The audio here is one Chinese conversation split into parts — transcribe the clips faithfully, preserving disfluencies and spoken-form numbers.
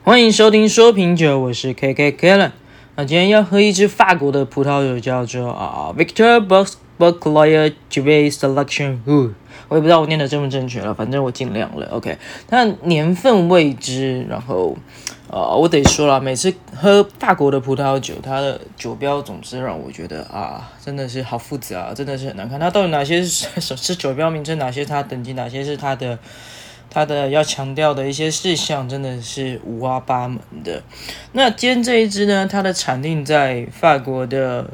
欢迎收听说品酒，我是 K K Kellen。那今天要喝一支法国的葡萄酒，叫做啊 Victor Bourclair Cuvée Selection。我也不知道我念的正不正确了，反正我尽量了。OK， 它年份未知，然后呃，我得说了，每次喝法国的葡萄酒，它的酒标总是让我觉得啊，真的是好复杂，真的是很难看。它到底哪些是是酒标名称，哪些是它等级，哪些是它的它的要强调的一些事项，真的是五花八门的。那今天这一支呢，它的产地在法国的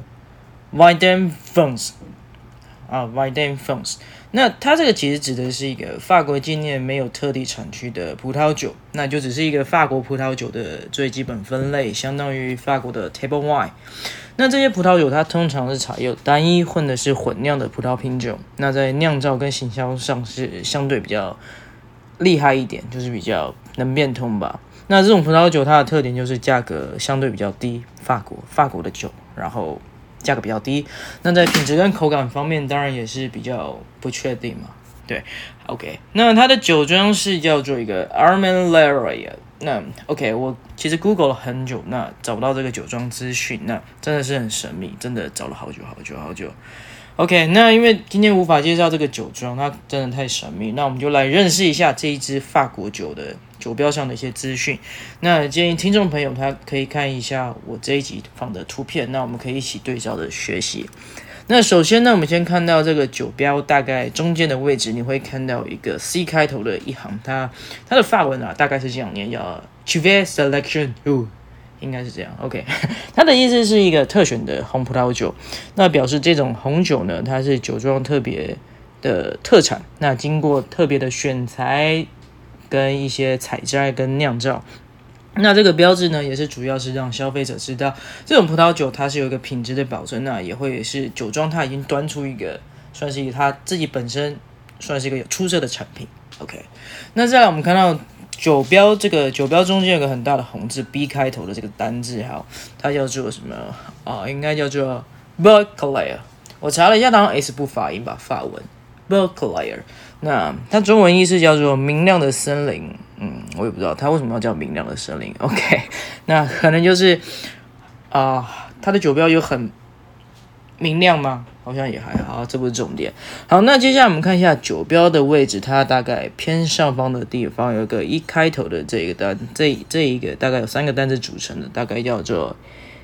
Vin-de-France 啊 Vin-de-France。那它这个其实指的是一个法国境内没有特地产区的葡萄酒，那就只是一个法国葡萄酒的最基本分类，相当于法国的 table wine。那这些葡萄酒它通常是采用单一混的是混酿的葡萄品种，那在酿造跟行销上是相对比较厉害一点，就是比较能变通吧。那这种葡萄酒它的特点就是价格相对比较低，法国法国的酒，然后价格比较低。那在品质跟口感方面，当然也是比较不确定嘛。对 ，OK， 那它的酒庄是叫做一个 Armand Leraille。那 OK， 我其实 Google 了很久，那找不到这个酒庄资讯，那真的是很神秘，真的找了好久好久好久。OK， 那因为今天无法介绍这个酒庄，它真的太神秘，那我们就来认识一下这一支法国酒的酒标上的一些资讯。那建议听众朋友他可以看一下我这一集放的图片，那我们可以一起对照的学习。那首先呢，我们先看到这个酒标大概中间的位置，你会看到一个 C 开头的一行，它它的法文啊大概是这样念，叫 Cuvée Selection。应该是这样 ，OK， 它的意思是一个特选的红葡萄酒，那表示这种红酒呢，它是酒庄特别的特产，那经过特别的选材跟一些采摘跟酿造，那这个标志呢，也是主要是让消费者知道这种葡萄酒它是有一个品质的保证，那也会是酒庄它已经端出一个算是它自己本身算是一个有出色的产品 ，OK， 那再来我们看到酒标，这个酒标中间有个很大的红字 B 开头的这个单字，好，它叫做什么啊？应该叫做 Bourclair。我查了一下，当然 S 不发音吧，法文 Bourclair。那它中文意思叫做明亮的森林。嗯，我也不知道它为什么要叫明亮的森林。OK， 那可能就是啊、呃，它的酒标有很明亮吗？好像也还好，这不是重点。好，那接下来我们看一下酒标的位置，它大概偏上方的地方有一个一开头的这个单，这这一个大概有三个单字组成的，大概叫做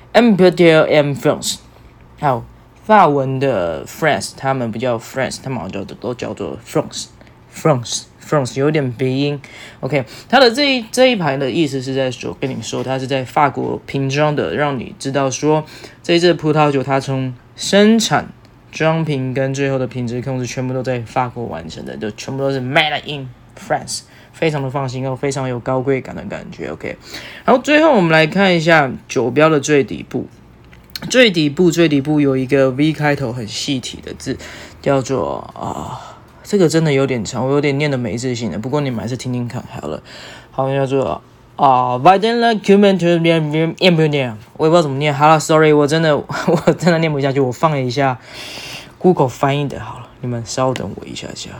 Empire-en-France。好，法文的 France， 他们不叫 France， 他们好像都叫做 France，France。France 有点鼻音 ，OK， 它的这一这一排的意思是在说，跟你说它是在法国瓶装的，让你知道说这一支葡萄酒它从生产、装瓶跟最后的品质控制全部都在法国完成的，就全部都是 Made in France， 非常的放心哦，非常有高贵感的感觉 ，OK。然后最后我们来看一下酒标的最底部，最底部最底部有一个 V 开头很细体的字，叫做啊。这个真的有点长，我有点念的没自信的，不过你们还是听听看好了。好，叫做啊 Vin-de-la Cuvée， 我也不知道怎么念。好了 ，sorry， 我真的我真的念不下去，我放一下 Google 翻译的好了，你们稍等我一下下。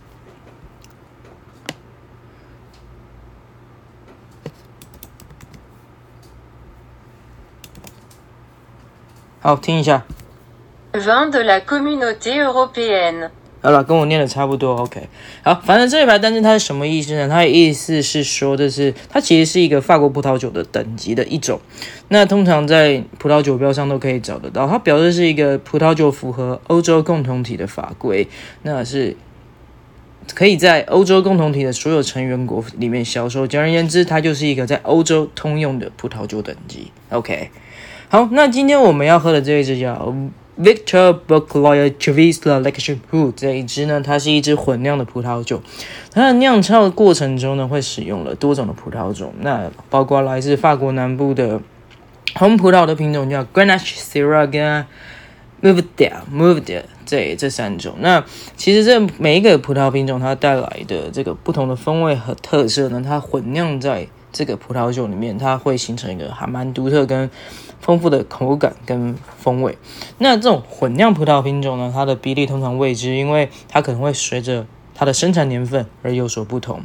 好，听一下。 Vin de la Communauté Européenne。 好了，跟我念的差不多 ，OK。好，反正这一排单词它是什么意思呢？它的意思是说，这是它其实是一个法国葡萄酒的等级的一种。那通常在葡萄酒标上都可以找得到，它表示是一个葡萄酒符合欧洲共同体的法规，那是可以在欧洲共同体的所有成员国里面销售。简而言之，它就是一个在欧洲通用的葡萄酒等级 ，OK。好，那今天我们要喝的这一支叫Victor Bourclair Cuvée Selection 这一支呢，它是一支混酿的葡萄酒。它的酿造的过程中呢，会使用了多种的葡萄种，那包括来自法国南部的红葡萄的品种叫 Grenache、Syrah 跟 Mourvedre 这这三种。那其实这每一个葡萄品种它带来的这个不同的风味和特色呢，它混酿在这个葡萄酒里面，它会形成一个还蛮独特跟丰富的口感跟风味。那这种混酿葡萄品种呢，它的比例通常未知，因为它可能会随着它的生产年份而有所不同。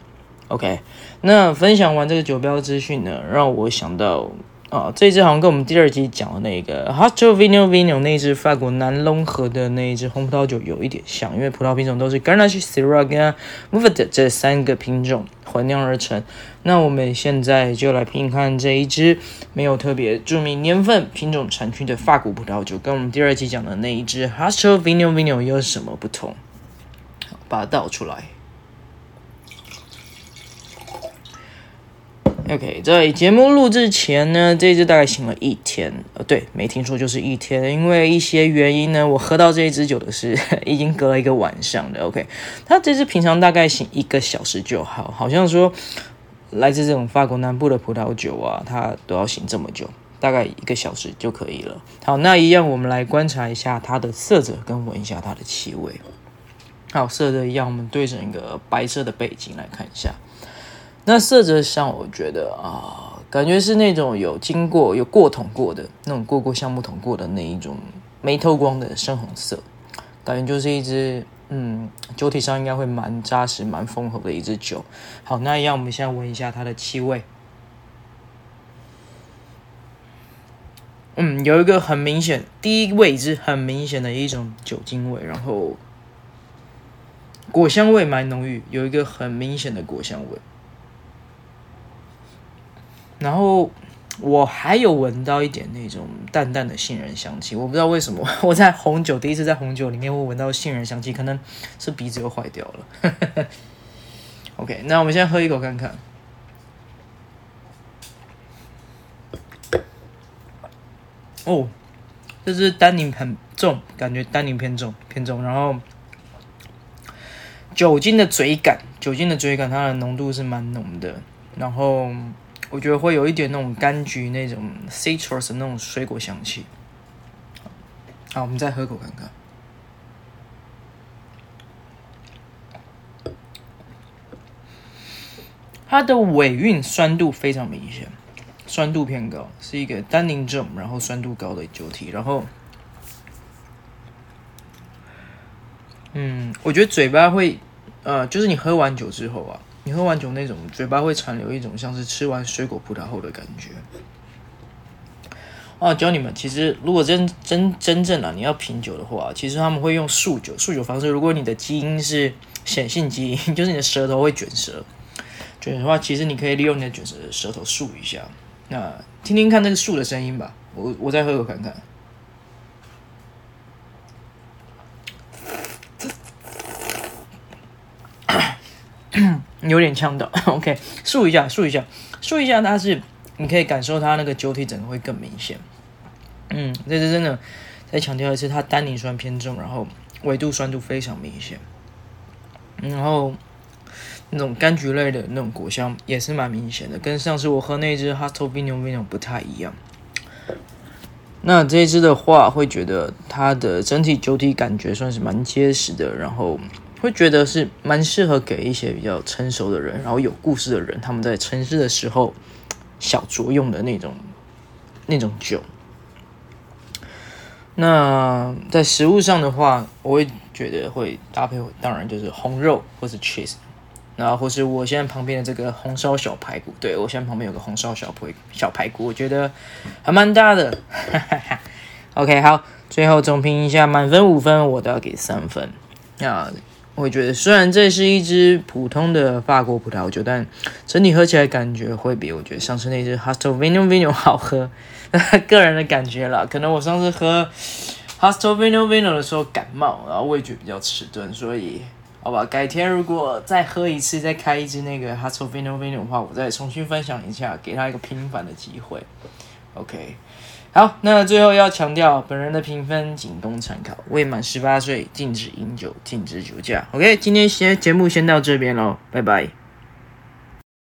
OK， 那分享完这个酒标资讯呢，让我想到啊，这一支好像跟我们第二集讲的那个 Hasto Vinho Vinho 那一支法国南隆河的那一支红葡萄酒有一点像，因为葡萄品种都是 Grenache、Syrah 跟 Mourvedre 这三个品种混酿而成。那我们现在就来品看这一支没有特别注明年份、品种、产区的法国葡萄酒，跟我们第二集讲的那一支 Hasto Vinho Vinho 有什么不同？把它倒出来。OK， 在节目录制前呢，这一支大概醒了一天，呃，对，没听错，就是一天。因为一些原因呢，我喝到这一支酒的是已经隔了一个晚上的。OK， 它这支平常大概醒一个小时就好，好像说来自这种法国南部的葡萄酒啊，它都要醒这么久，大概一个小时就可以了。好，那一样我们来观察一下它的色泽，跟闻一下它的气味。好，色泽一样，我们对整一个白色的背景来看一下。那色泽上，我觉得啊，感觉是那种有经过、有过桶过的那种过过橡木桶过的那一种没透光的深红色，感觉就是一支嗯，酒体上应该会蛮扎实、蛮丰厚的一支酒。好，那一样，我们现在闻一下它的气味。嗯，有一个很明显，第一位是很明显的一种酒精味，然后果香味蛮浓郁，有一个很明显的果香味。然后我还有闻到一点那种淡淡的杏仁香气，我不知道为什么我在红酒第一次在红酒里面会闻到杏仁香气，可能是鼻子又坏掉了。OK， 那我们现在喝一口看看。哦，这支单宁很重，感觉单宁偏重偏重，然后酒精的嘴感，酒精的嘴感，它的浓度是蛮浓的，然后我觉得会有一点那种柑橘那种 citrus 的那种水果香气。好，我们再喝口看看。它的尾韵酸度非常明显，酸度偏高，是一个单宁重，然后酸度高的酒体。然后，嗯，我觉得嘴巴会，呃，就是你喝完酒之后啊。你喝完酒那种嘴巴会残留一种像是吃完水果葡萄后的感觉。哦，教你们，其实如果真真真正啊，你要品酒的话，其实他们会用漱酒，漱酒方式。如果你的基因是显性基因，就是你的舌头会卷舌，卷舌的话，其实你可以利用你的卷舌的舌头漱一下。那听听看那个漱的声音吧，我我再喝口看看。有点呛到 ，OK， 漱一下，漱一下，漱一下，它是你可以感受它那个酒体整个会更明显。嗯，这是真的，再强调一次，它单宁酸偏重，然后纬度酸度非常明显，然后那种柑橘类的那种果香也是蛮明显的，跟上次我喝那支 Hasto Vinho Vinho 不太一样。那这一支的话，会觉得它的整体酒体感觉算是蛮结实的，然后会觉得是蛮适合给一些比较成熟的人，然后有故事的人，他们在城市的时候小酌用的那种那种酒。那在食物上的话，我会觉得会搭配，当然就是红肉或是 cheese， 然后或是我现在旁边的这个红烧小排骨，对，我现在旁边有个红烧小排小排骨，我觉得还蛮搭的。OK， 好，最后总评一下，满分五分，我都要给三分。那我会觉得，虽然这是一支普通的法国葡萄酒，但整体喝起来感觉会比我觉得上次那支 Hasto Vinho Vinho 好喝。个人的感觉啦，可能我上次喝 Hasto Vinho Vinho 的时候感冒，然后味觉比较迟钝，所以好吧，改天如果再喝一次，再开一支那个 Hasto Vinho Vinho 的话，我再重新分享一下，给他一个平反的机会。OK。好，那最后要强调，本人的评分仅供参考，未满十八岁禁止饮酒，禁止酒驾。OK， 今天先节目先到这边咯，拜拜。